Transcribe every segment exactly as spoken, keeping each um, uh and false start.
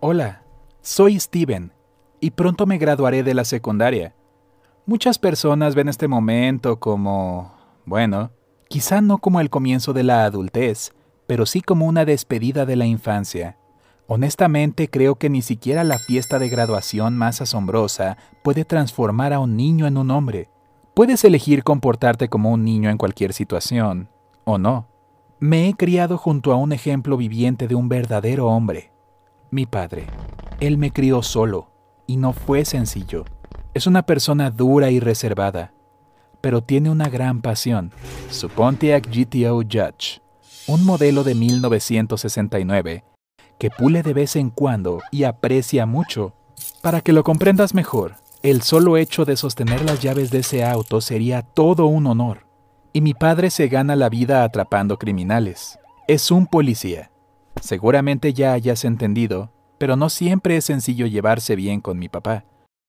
Hola, soy Steven, y pronto me graduaré de la secundaria. Muchas personas ven este momento como, bueno, quizá no como el comienzo de la adultez, pero sí como una despedida de la infancia. Honestamente, creo que ni siquiera la fiesta de graduación más asombrosa puede transformar a un niño en un hombre. Puedes elegir comportarte como un niño en cualquier situación, o no. Me he criado junto a un ejemplo viviente de un verdadero hombre. Mi padre. Él me crió solo, y no fue sencillo. Es una persona dura y reservada, pero tiene una gran pasión, su Pontiac G T O Judge, un modelo de mil novecientos sesenta y nueve, que pule de vez en cuando y aprecia mucho. Para que lo comprendas mejor, el solo hecho de sostener las llaves de ese auto sería todo un honor. Y mi padre se gana la vida atrapando criminales. Es un policía. Seguramente ya hayas entendido, pero no siempre es sencillo llevarse bien con mi papá.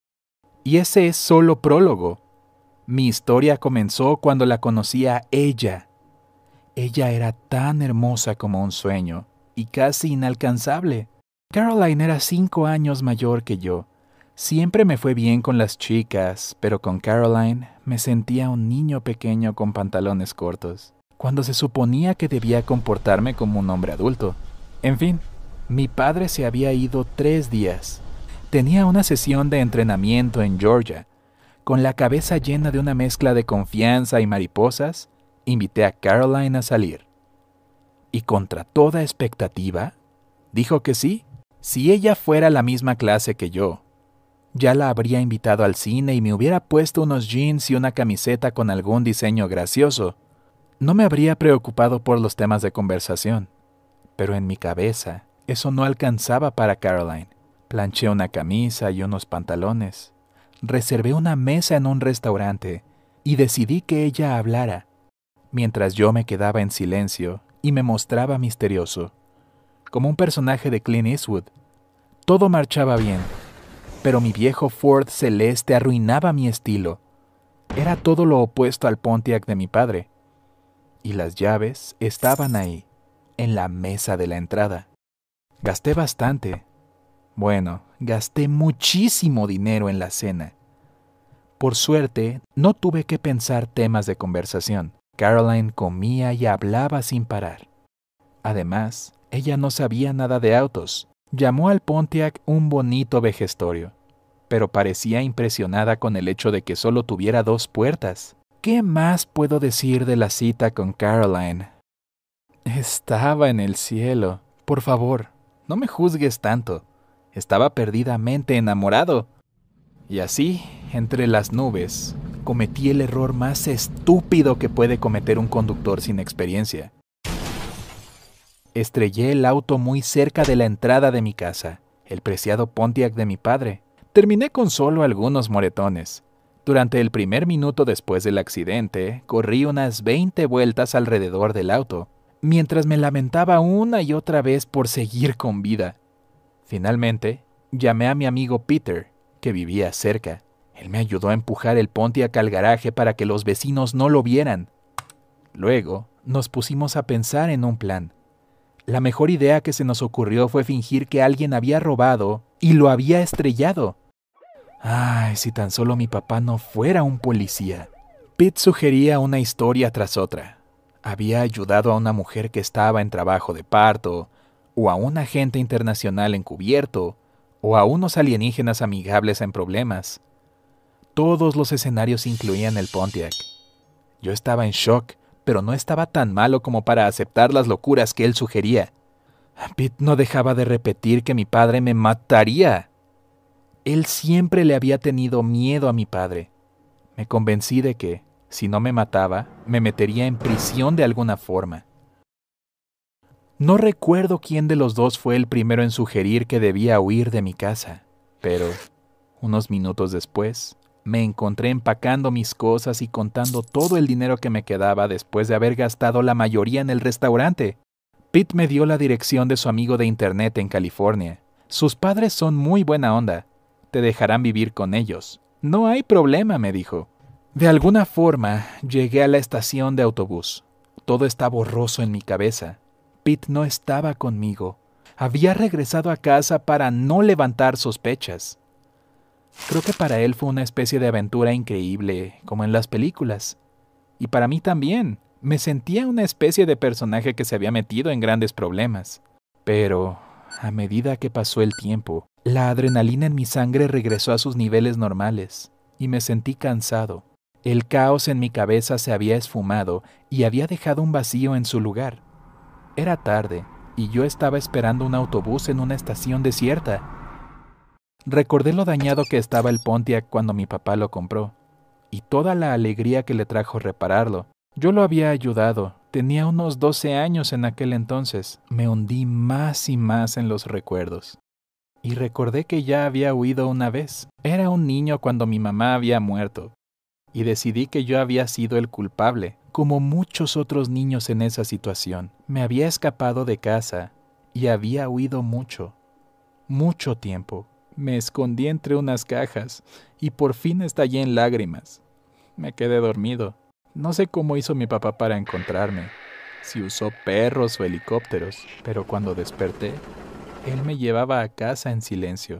Y ese es solo prólogo. Mi historia comenzó cuando la conocí a ella. Ella era tan hermosa como un sueño, y casi inalcanzable. Caroline era cinco años mayor que yo. Siempre me fue bien con las chicas, pero con Caroline me sentía un niño pequeño con pantalones cortos, cuando se suponía que debía comportarme como un hombre adulto. En fin, mi padre se había ido tres días. Tenía una sesión de entrenamiento en Georgia. Con la cabeza llena de una mezcla de confianza y mariposas, invité a Caroline a salir. Y contra toda expectativa, dijo que sí. Si ella fuera la misma clase que yo, ya la habría invitado al cine y me hubiera puesto unos jeans y una camiseta con algún diseño gracioso. No me habría preocupado por los temas de conversación. Pero en mi cabeza, eso no alcanzaba para Caroline. Planché una camisa y unos pantalones. Reservé una mesa en un restaurante y decidí que ella hablara, mientras yo me quedaba en silencio y me mostraba misterioso, como un personaje de Clint Eastwood. Todo marchaba bien, pero mi viejo Ford celeste arruinaba mi estilo. Era todo lo opuesto al Pontiac de mi padre. Y las llaves estaban ahí, en la mesa de la entrada. Gasté bastante. Bueno, gasté muchísimo dinero en la cena. Por suerte, no tuve que pensar temas de conversación. Caroline comía y hablaba sin parar. Además, ella no sabía nada de autos. Llamó al Pontiac un bonito vejestorio, pero parecía impresionada con el hecho de que solo tuviera dos puertas. ¿Qué más puedo decir de la cita con Caroline? Estaba en el cielo. Por favor, no me juzgues tanto. Estaba perdidamente enamorado. Y así, entre las nubes, cometí el error más estúpido que puede cometer un conductor sin experiencia. Estrellé el auto muy cerca de la entrada de mi casa, el preciado Pontiac de mi padre. Terminé con solo algunos moretones. Durante el primer minuto después del accidente, corrí unas veinte vueltas alrededor del auto, mientras me lamentaba una y otra vez por seguir con vida. Finalmente, llamé a mi amigo Peter, que vivía cerca. Él me ayudó a empujar el Pontiac al garaje para que los vecinos no lo vieran. Luego, nos pusimos a pensar en un plan. La mejor idea que se nos ocurrió fue fingir que alguien había robado y lo había estrellado. Ay, si tan solo mi papá no fuera un policía. Pete sugería una historia tras otra. Había ayudado a una mujer que estaba en trabajo de parto, o a un agente internacional encubierto, o a unos alienígenas amigables en problemas. Todos los escenarios incluían el Pontiac. Yo estaba en shock, pero no estaba tan malo como para aceptar las locuras que él sugería. Pete no dejaba de repetir que mi padre me mataría. Él siempre le había tenido miedo a mi padre. Me convencí de que, si no me mataba, me metería en prisión de alguna forma. No recuerdo quién de los dos fue el primero en sugerir que debía huir de mi casa, pero, unos minutos después, me encontré empacando mis cosas y contando todo el dinero que me quedaba después de haber gastado la mayoría en el restaurante. Pete me dio la dirección de su amigo de internet en California. Sus padres son muy buena onda. Te dejarán vivir con ellos. No hay problema, me dijo. De alguna forma, llegué a la estación de autobús. Todo está borroso en mi cabeza. Pete no estaba conmigo. Había regresado a casa para no levantar sospechas. Creo que para él fue una especie de aventura increíble, como en las películas. Y para mí también. Me sentía una especie de personaje que se había metido en grandes problemas. Pero, a medida que pasó el tiempo, la adrenalina en mi sangre regresó a sus niveles normales, y me sentí cansado. El caos en mi cabeza se había esfumado y había dejado un vacío en su lugar. Era tarde, y yo estaba esperando un autobús en una estación desierta. Recordé lo dañado que estaba el Pontiac cuando mi papá lo compró, y toda la alegría que le trajo repararlo. Yo lo había ayudado, tenía unos doce años en aquel entonces. Me hundí más y más en los recuerdos. Y recordé que ya había huido una vez. Era un niño cuando mi mamá había muerto. Y decidí que yo había sido el culpable, como muchos otros niños en esa situación. Me había escapado de casa y había huido mucho, mucho tiempo. Me escondí entre unas cajas y por fin estallé en lágrimas. Me quedé dormido. No sé cómo hizo mi papá para encontrarme, si usó perros o helicópteros, pero cuando desperté, él me llevaba a casa en silencio.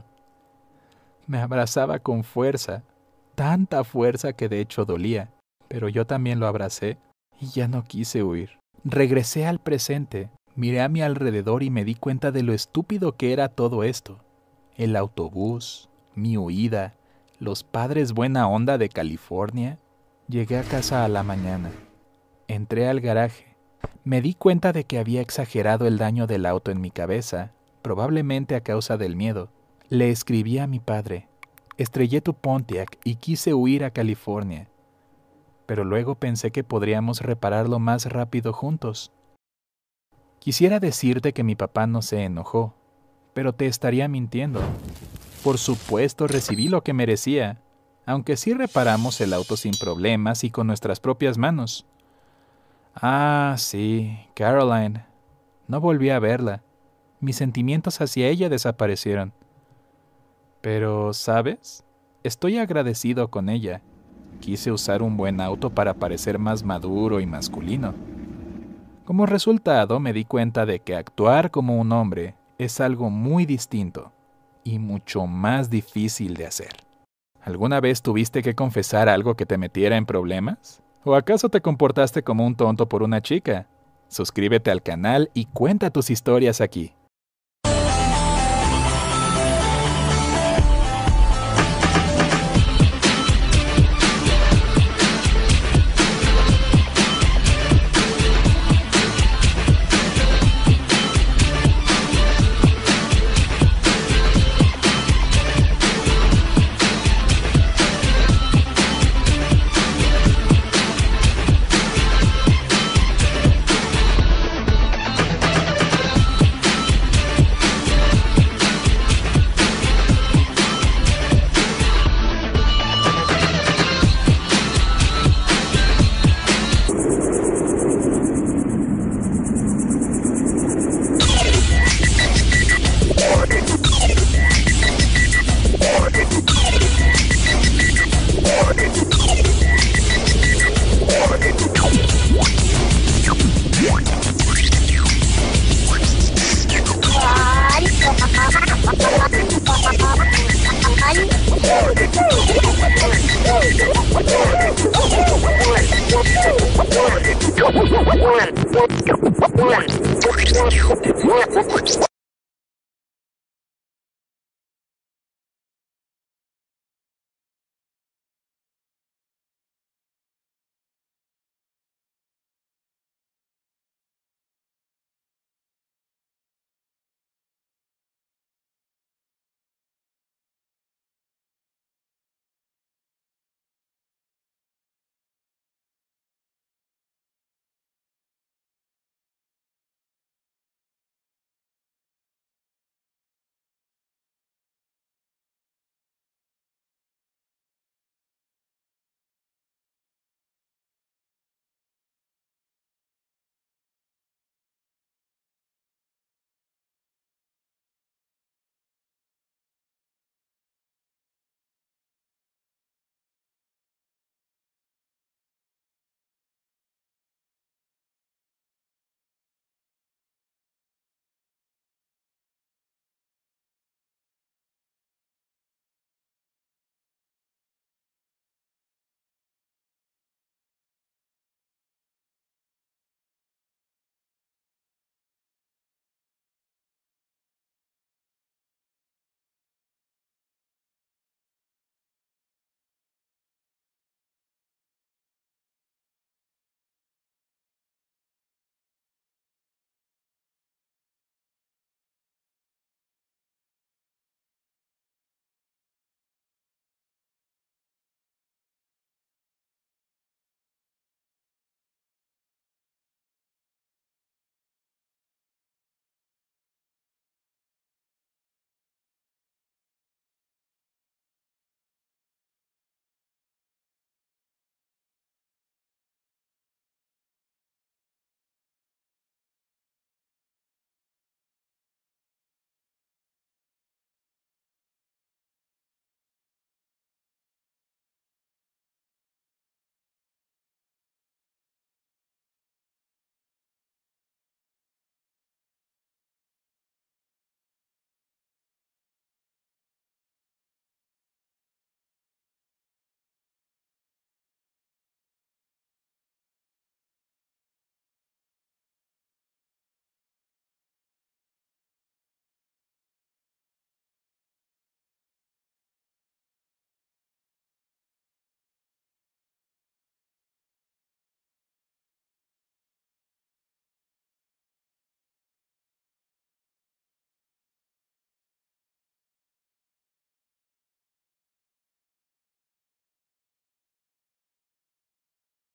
Me abrazaba con fuerza, tanta fuerza que de hecho dolía, pero yo también lo abracé y ya no quise huir. Regresé al presente, miré a mi alrededor y me di cuenta de lo estúpido que era todo esto. El autobús, mi huida, los padres buena onda de California. Llegué a casa a la mañana. Entré al garaje. Me di cuenta de que había exagerado el daño del auto en mi cabeza, probablemente a causa del miedo. Le escribí a mi padre. Estrellé tu Pontiac y quise huir a California. Pero luego pensé que podríamos repararlo más rápido juntos. Quisiera decirte que mi papá no se enojó, pero te estaría mintiendo. Por supuesto recibí lo que merecía, aunque sí reparamos el auto sin problemas y con nuestras propias manos. Ah, sí, Caroline. No volví a verla. Mis sentimientos hacia ella desaparecieron. Pero, ¿sabes? Estoy agradecido con ella. Quise usar un buen auto para parecer más maduro y masculino. Como resultado, me di cuenta de que actuar como un hombre es algo muy distinto y mucho más difícil de hacer. ¿Alguna vez tuviste que confesar algo que te metiera en problemas? ¿O acaso te comportaste como un tonto por una chica? Suscríbete al canal y cuenta tus historias aquí. One.